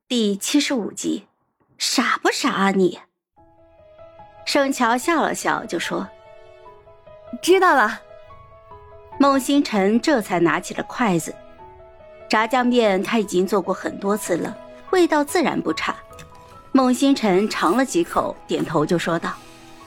第75集，傻不傻啊你？盛乔笑了笑就说： 知道了。 孟星辰这才拿起了筷子。炸酱面他已经做过很多次了，味道自然不差。孟星辰尝了几口，点头就说道：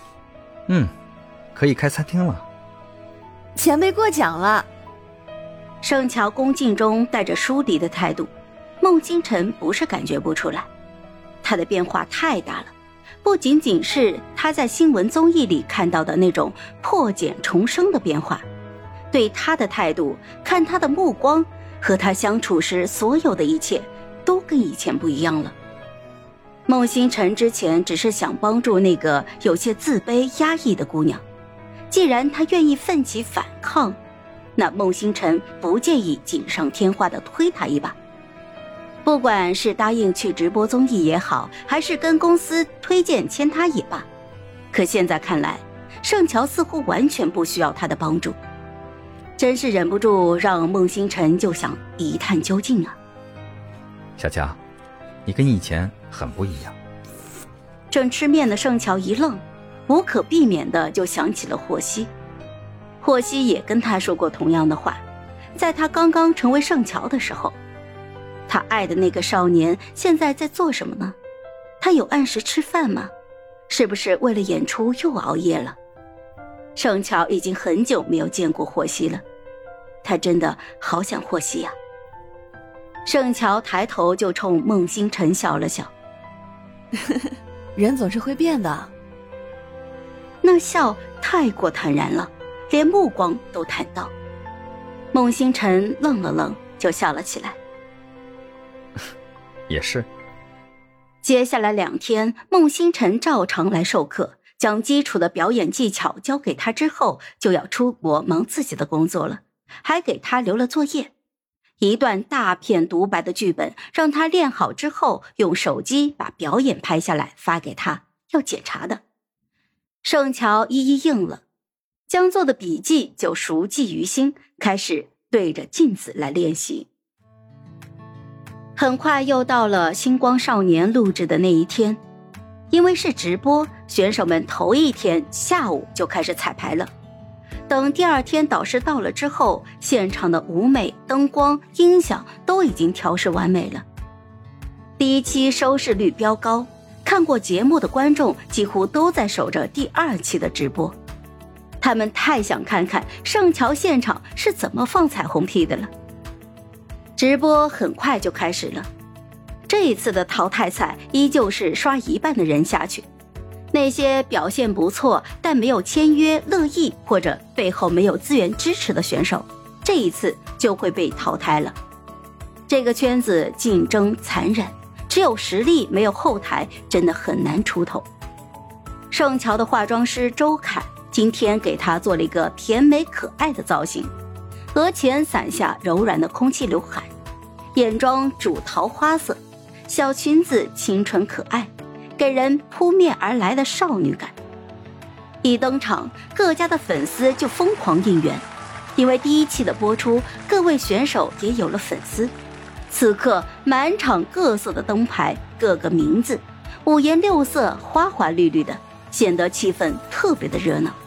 可以开餐厅了。 前辈过奖了。 盛乔恭敬中带着疏离的态度，孟星辰不是感觉不出来，他的变化太大了，不仅仅是他在新闻综艺里看到的那种破茧重生的变化，对他的态度，看他的目光，和他相处时所有的一切都跟以前不一样了。孟星辰之前只是想帮助那个有些自卑压抑的姑娘，既然她愿意奋起反抗，那孟星辰不介意锦上添花的推她一把。不管是答应去直播综艺也好，还是跟公司推荐签她也罢，可现在看来，盛乔似乎完全不需要她的帮助，真是忍不住让孟星辰就想一探究竟啊。 小佳，你跟以前很不一样。 正吃面的盛乔一愣，无可避免的就想起了霍希。霍希也跟他说过同样的话，在他刚刚成为盛乔的时候，他爱的那个少年现在在做什么呢？他有按时吃饭吗？是不是为了演出又熬夜了？盛乔已经很久没有见过霍希了，他真的好想霍希呀。盛乔抬头就冲孟星辰笑了笑。 人总是会变的。 那笑太过坦然了，连目光都坦到。孟星辰愣了愣，就笑了起来。 也是。 接下来2天，孟星辰照常来授课，将基础的表演技巧教给他之后，就要出国忙自己的工作了，还给他留了作业。一段大片独白的剧本，让他练好之后，用手机把表演拍下来发给他，要检查的。盛乔一一应了，将做的笔记就熟记于心，开始对着镜子来练习。很快又到了星光少年录制的那一天，因为是直播，选手们头一天下午就开始彩排了。等第2天导师到了之后，现场的舞美、灯光、音响都已经调试完美了。第1期收视率飙高，看过节目的观众几乎都在守着第2期的直播，他们太想看看盛乔现场是怎么放彩虹屁的了。直播很快就开始了，这一次的淘汰赛依旧是刷一半的人下去，那些表现不错但没有签约、乐意或者背后没有资源支持的选手，这一次就会被淘汰了。这个圈子竞争残忍，只有实力没有后台，真的很难出头。盛乔的化妆师周凯今天给他做了一个甜美可爱的造型，额前散下柔软的空气刘海，眼妆主桃花色，小裙子清纯可爱，给人扑面而来的少女感。一登场，各家的粉丝就疯狂应援，因为第1期的播出，各位选手也有了粉丝。此刻满场各色的灯牌，各个名字，五颜六色，花花绿绿的，显得气氛特别的热闹。